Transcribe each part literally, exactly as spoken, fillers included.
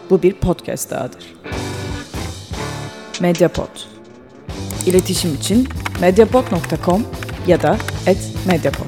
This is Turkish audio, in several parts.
bu bir podcast dahadır. Mediapod. İletişim için mediapod nokta com ya da et mediapod.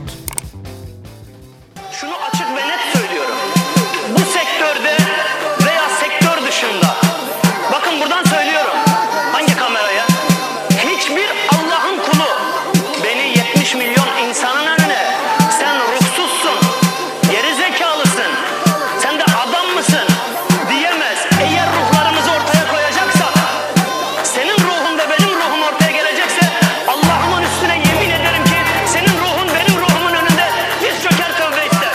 Şunu açık ve net söylüyorum. Bu sektörde veya sektör dışında, bakın buradan söylüyorum. Hangi kameraya? Hiçbir Allah'ın kulu beni yetmiş milyon insanın önüne sen ruhsuzsun, geri zekalısın, sen de adam mısın diyemez. Eğer ruhlarımızı ortaya koyacaksak, senin ruhun ve benim ruhum ortaya gelecekse, Allah'ımın üstüne yemin ederim ki senin ruhun benim ruhumun önünde diz çöker, tövbe ister.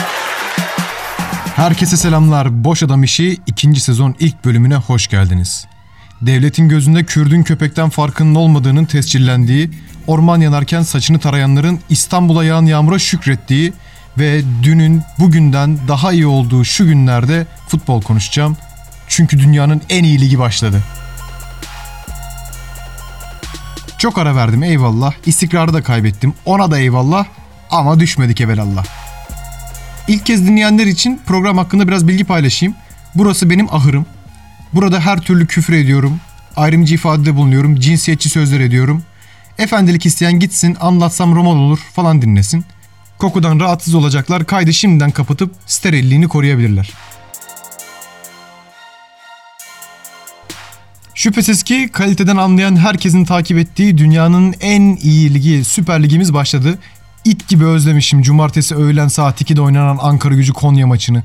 Herkese selamlar. Boş Adam İşi ikinci sezon ilk bölümüne hoş geldiniz. Devletin gözünde Kürdün köpekten farkının olmadığının tescillendiği, orman yanarken saçını tarayanların İstanbul'a yağan yağmura şükrettiği ve dünün bugünden daha iyi olduğu şu günlerde futbol konuşacağım. Çünkü dünyanın en iyi ligi başladı. Çok ara verdim, eyvallah. İstikrarı da kaybettim, ona da eyvallah. Ama düşmedik evelallah. İlk kez dinleyenler için program hakkında biraz bilgi paylaşayım. Burası benim ahırım. Burada her türlü küfür ediyorum. Ayrımcı ifadede bulunuyorum. Cinsiyetçi sözler ediyorum. Efendilik isteyen gitsin, anlatsam roman olur falan dinlesin. Kokudan rahatsız olacaklar. Kaydı şimdiden kapatıp sterilliğini koruyabilirler. Şüphesiz ki kaliteden anlayan herkesin takip ettiği dünyanın en iyi ligi, Süper Ligimiz başladı. İt gibi özlemişim cumartesi öğlen saat ikide oynanan Ankaragücü Konya maçını.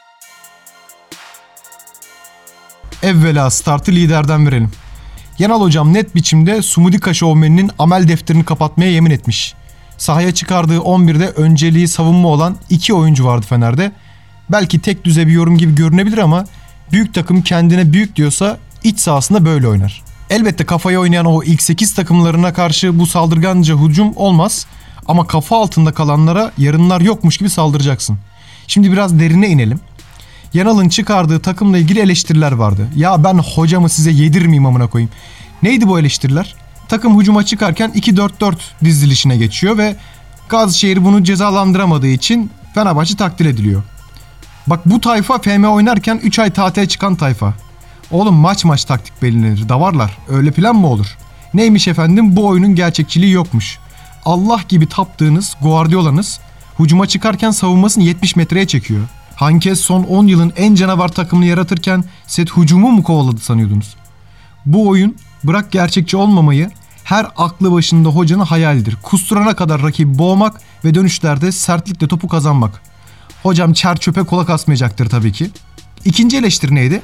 Evvela startı liderden verelim. Yanal hocam net biçimde Sumudika şovmeninin amel defterini kapatmaya yemin etmiş. Sahaya çıkardığı on birde önceliği savunma olan iki oyuncu vardı Fener'de. Belki tek düze bir yorum gibi görünebilir ama büyük takım kendine büyük diyorsa iç sahasında böyle oynar. Elbette kafaya oynayan o ilk sekiz takımlarına karşı bu saldırganca hücum olmaz. Ama kafa altında kalanlara yarınlar yokmuş gibi saldıracaksın. Şimdi biraz derine inelim. Yanal'ın çıkardığı takımla ilgili eleştiriler vardı. Ya ben hocamı size yedirmeyeyim amına koyayım. Neydi bu eleştiriler? Takım hücuma çıkarken iki dört dört dizilişine geçiyor ve Gazişehir bunu cezalandıramadığı için Fenerbahçe takdir ediliyor. Bak bu tayfa F M oynarken üç ay tatile çıkan tayfa. Oğlum maç maç taktik belirlenir. Davarlar. Öyle plan mı olur? Neymiş efendim, bu oyunun gerçekçiliği yokmuş. Allah gibi taptığınız Guardiola'nız hücuma çıkarken savunmasını yetmiş metreye çekiyor. Hankes son on yılın en canavar takımını yaratırken set hücumu mu kovaladı sanıyordunuz? Bu oyun bırak gerçekçi olmamayı, her aklı başında hocanın hayalidir. Kusturana kadar rakibi boğmak ve dönüşlerde sertlikle topu kazanmak. Hocam çer çöpe kulak asmayacaktır tabii ki. İkinci eleştiri neydi?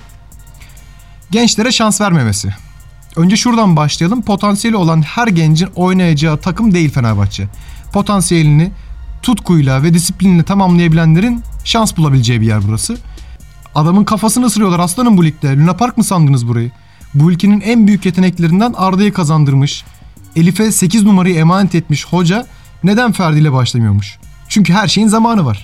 Gençlere şans vermemesi. Önce şuradan başlayalım. Potansiyeli olan her gencin oynayacağı takım değil Fenerbahçe. Potansiyelini tutkuyla ve disiplinle tamamlayabilenlerin şans bulabileceği bir yer burası. Adamın kafasını ısırıyorlar aslanım bu ligde. Luna Park mı sandınız burayı? Bu ülkenin en büyük yeteneklerinden Arda'yı kazandırmış, Elif'e sekiz numarayı emanet etmiş hoca neden Ferdi ile başlamıyormuş? Çünkü her şeyin zamanı var.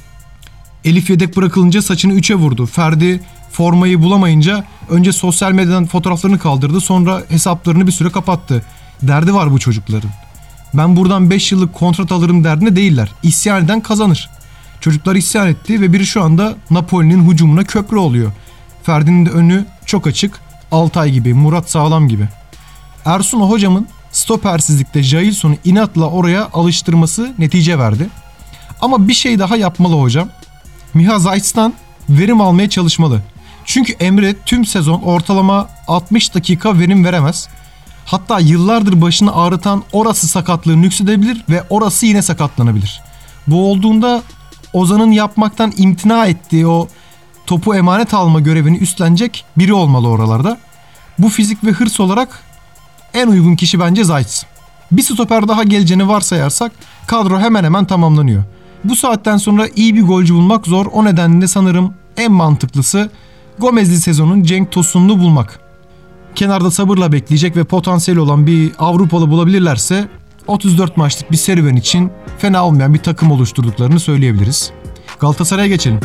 Elif yedek bırakılınca saçını üçe vurdu. Ferdi formayı bulamayınca önce sosyal medyadan fotoğraflarını kaldırdı, sonra hesaplarını bir süre kapattı. Derdi var bu çocukların. Ben buradan beş yıllık kontrat alırım derdine değiller. İsyan eden kazanır. Çocuklar isyan etti ve biri şu anda Napoli'nin hücumuna köprü oluyor. Ferdi'nin de önü çok açık. Altay gibi, Murat Sağlam gibi. Ersun hocamın stopersizlikte Jailson'u inatla oraya alıştırması netice verdi. Ama bir şey daha yapmalı hocam. Miha Zayt'tan verim almaya çalışmalı. Çünkü Emre tüm sezon ortalama altmış dakika verim veremez. Hatta yıllardır başını ağrıtan orası sakatlığı nüksedebilir ve orası yine sakatlanabilir. Bu olduğunda Ozan'ın yapmaktan imtina ettiği o topu emanet alma görevini üstlenecek biri olmalı oralarda. Bu fizik ve hırs olarak en uygun kişi bence Zayt. Bir stoper daha geleceğini varsayarsak kadro hemen hemen tamamlanıyor. Bu saatten sonra iyi bir golcü bulmak zor. O nedenle sanırım en mantıklısı Gomezli sezonun Cenk Tosun'unu bulmak. Kenarda sabırla bekleyecek ve potansiyeli olan bir Avrupalı bulabilirlerse otuz dört maçlık bir serüven için fena olmayan bir takım oluşturduklarını söyleyebiliriz. Galatasaray'a geçelim.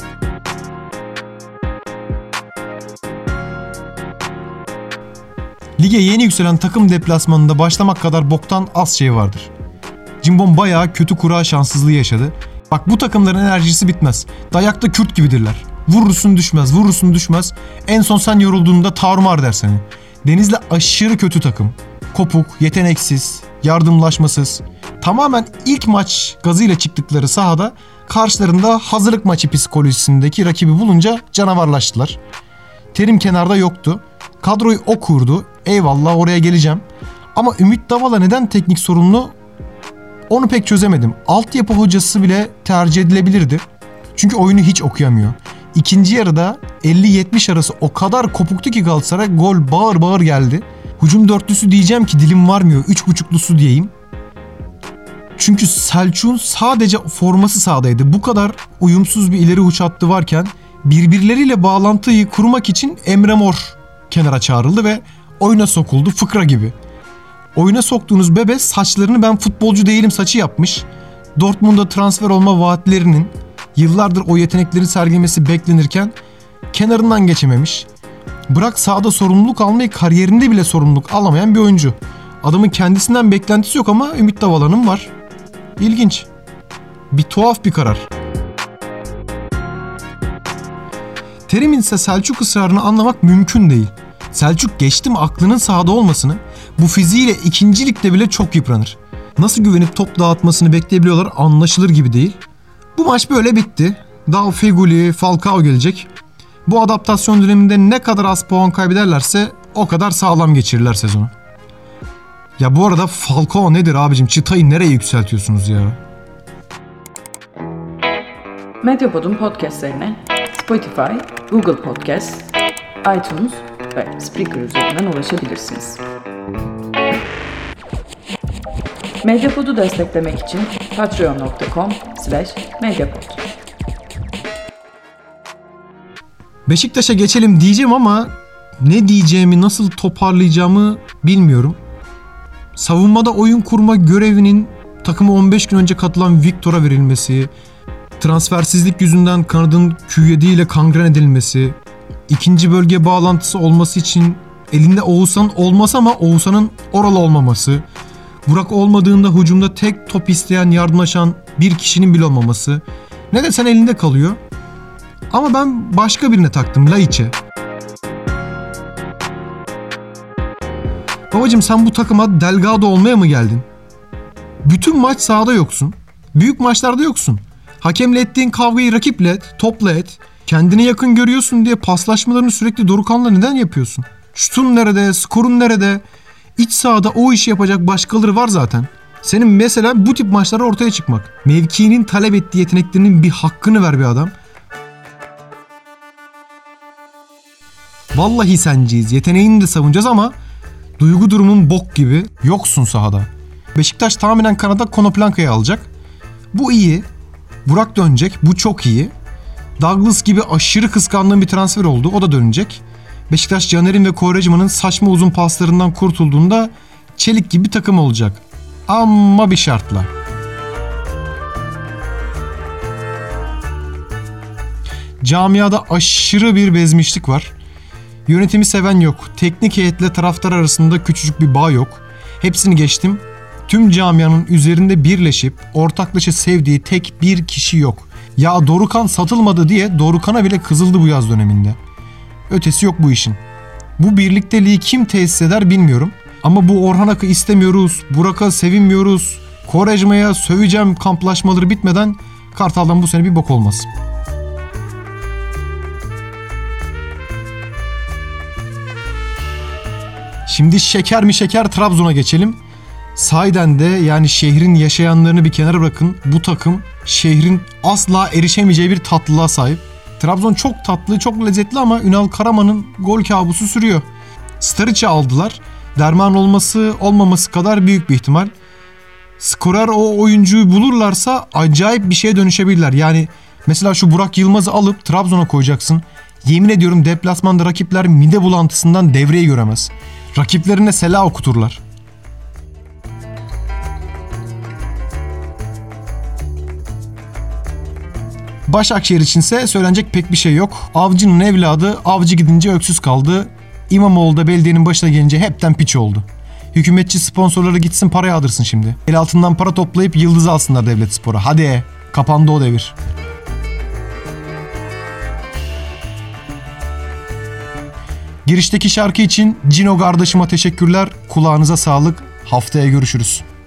Lige yeni yükselen takım deplasmanında başlamak kadar boktan az şey vardır. Cimbom bayağı kötü kura şanssızlığı yaşadı. Bak bu takımların enerjisi bitmez. Dayakta Kürt gibidirler. Vurursun düşmez, vurursun düşmez. En son sen yorulduğunda tarumar der seni. Denizli aşırı kötü takım. Kopuk, yeteneksiz, yardımlaşmasız. Tamamen ilk maç gazıyla çıktıkları sahada karşılarında hazırlık maçı psikolojisindeki rakibi bulunca canavarlaştılar. Terim kenarda yoktu. Kadroyu o kurdu. Eyvallah, oraya geleceğim. Ama Ümit Davala neden teknik sorumlu? Onu pek çözemedim. Altyapı hocası bile tercih edilebilirdi. Çünkü oyunu hiç okuyamıyor. İkinci yarıda elli yetmiş arası o kadar kopuktu ki Galatasaray, gol bağır bağır geldi. Hücum dörtlüsü diyeceğim ki dilim varmıyor. Üç buçuklusu diyeyim. Çünkü Selçuk'un sadece forması sahadaydı. Bu kadar uyumsuz bir ileri uç hattı varken birbirleriyle bağlantıyı kurmak için Emre Mor kenara çağrıldı ve oyuna sokuldu fıkra gibi. Oyuna soktuğunuz bebe saçlarını ben futbolcu değilim saçı yapmış. Dortmund'a transfer olma vaatlerinin yıllardır o yetenekleri sergilemesi beklenirken kenarından geçememiş. Bırak sahada sorumluluk almayı, kariyerinde bile sorumluluk alamayan bir oyuncu. Adamın kendisinden beklentisi yok ama Ümit Davala'nın var. İlginç. Bir tuhaf bir karar. Terim'in ise Selçuk ısrarını anlamak mümkün değil. Selçuk geçtim aklının sahada olmasını, bu fiziğiyle ikinci ligde bile çok yıpranır. Nasıl güvenip top dağıtmasını bekleyebiliyorlar anlaşılır gibi değil. Bu maç böyle bitti. Daha Feguli, Falcao gelecek. Bu adaptasyon döneminde ne kadar az puan kaybederlerse o kadar sağlam geçirirler sezonu. Ya bu arada Falcao nedir abicim? Çıtayı nereye yükseltiyorsunuz ya? Medyapod'un podcastlerine Spotify, Google Podcast, iTunes ve Spreaker üzerinden ulaşabilirsiniz. Medyapod'u desteklemek için patreon nokta com slash medyapod. Beşiktaş'a geçelim diyeceğim ama ne diyeceğimi, nasıl toparlayacağımı bilmiyorum. Savunmada oyun kurma görevinin takıma on beş gün önce katılan Victor'a verilmesi, transfersizlik yüzünden kanadın Q yedi ile kangren edilmesi, ikinci bölge bağlantısı olması için elinde Oğuzhan olmasa ama Oğuzhan'ın oralı olmaması, Burak olmadığında hücumda tek top isteyen, yardımlaşan bir kişinin bile olmaması, ne desen elinde kalıyor. Ama ben başka birine taktım, Laiç'e. Babacım sen bu takıma Delgado olmaya mı geldin? Bütün maç sahada yoksun. Büyük maçlarda yoksun. Hakemle ettiğin kavgayı rakiple et, topla et. Kendine yakın görüyorsun diye paslaşmalarını sürekli Dorukhan'la neden yapıyorsun? Şutun nerede, skorun nerede? İç sahada o işi yapacak başkaları var zaten. Senin mesela bu tip maçlara ortaya çıkmak. Mevkinin talep ettiği yeteneklerinin bir hakkını ver bir adam. Vallahi senciyiz, yeteneğini de savunacağız ama duygu durumun bok gibi, yoksun sahada. Beşiktaş tahminen Kanada Konoplanka'yı alacak. Bu iyi. Burak dönecek. Bu çok iyi. Douglas gibi aşırı kıskandığım bir transfer oldu. O da dönecek. Beşiktaş Caner'in ve Quaresma'nın saçma uzun paslarından kurtulduğunda çelik gibi bir takım olacak. Ama bir şartla. Camiada aşırı bir bezmişlik var. Yönetimi seven yok. Teknik heyetle taraftar arasında küçücük bir bağ yok. Hepsini geçtim. Tüm camianın üzerinde birleşip ortaklaşa sevdiği tek bir kişi yok. Ya Dorukhan satılmadı diye Dorukhan'a bile kızıldı bu yaz döneminde. Ötesi yok bu işin. Bu birlikteliği kim tesis eder bilmiyorum. Ama bu Orhan Ak'ı istemiyoruz, Burak'a sevinmiyoruz, Quaresma'ya söveceğim kamplaşmaları bitmeden Kartal'dan bu sene bir bok olmaz. Şimdi şeker mi şeker Trabzon'a geçelim. Sahiden de yani şehrin yaşayanlarını bir kenara bırakın. Bu takım şehrin asla erişemeyeceği bir tatlılığa sahip. Trabzon çok tatlı, çok lezzetli ama Ünal Karaman'ın gol kabusu sürüyor. Staric'i aldılar. Derman olması olmaması kadar büyük bir ihtimal. Skorer o oyuncuyu bulurlarsa acayip bir şeye dönüşebilirler. Yani mesela şu Burak Yılmaz'ı alıp Trabzon'a koyacaksın. Yemin ediyorum deplasmanda rakipler mide bulantısından devreyi göremez. Rakiplerine sela okuturlar. Başakşehir içinse söylenecek pek bir şey yok. Avcı'nın evladı avcı gidince öksüz kaldı. İmamoğlu da belediyenin başına gelince hepten piç oldu. Hükümetçi sponsorları gitsin para yağdırsın şimdi. El altından para toplayıp yıldız alsınlar Devlet Spor'a. Hadi kapandı o devir. Girişteki şarkı için Cino kardeşime teşekkürler. Kulağınıza sağlık. Haftaya görüşürüz.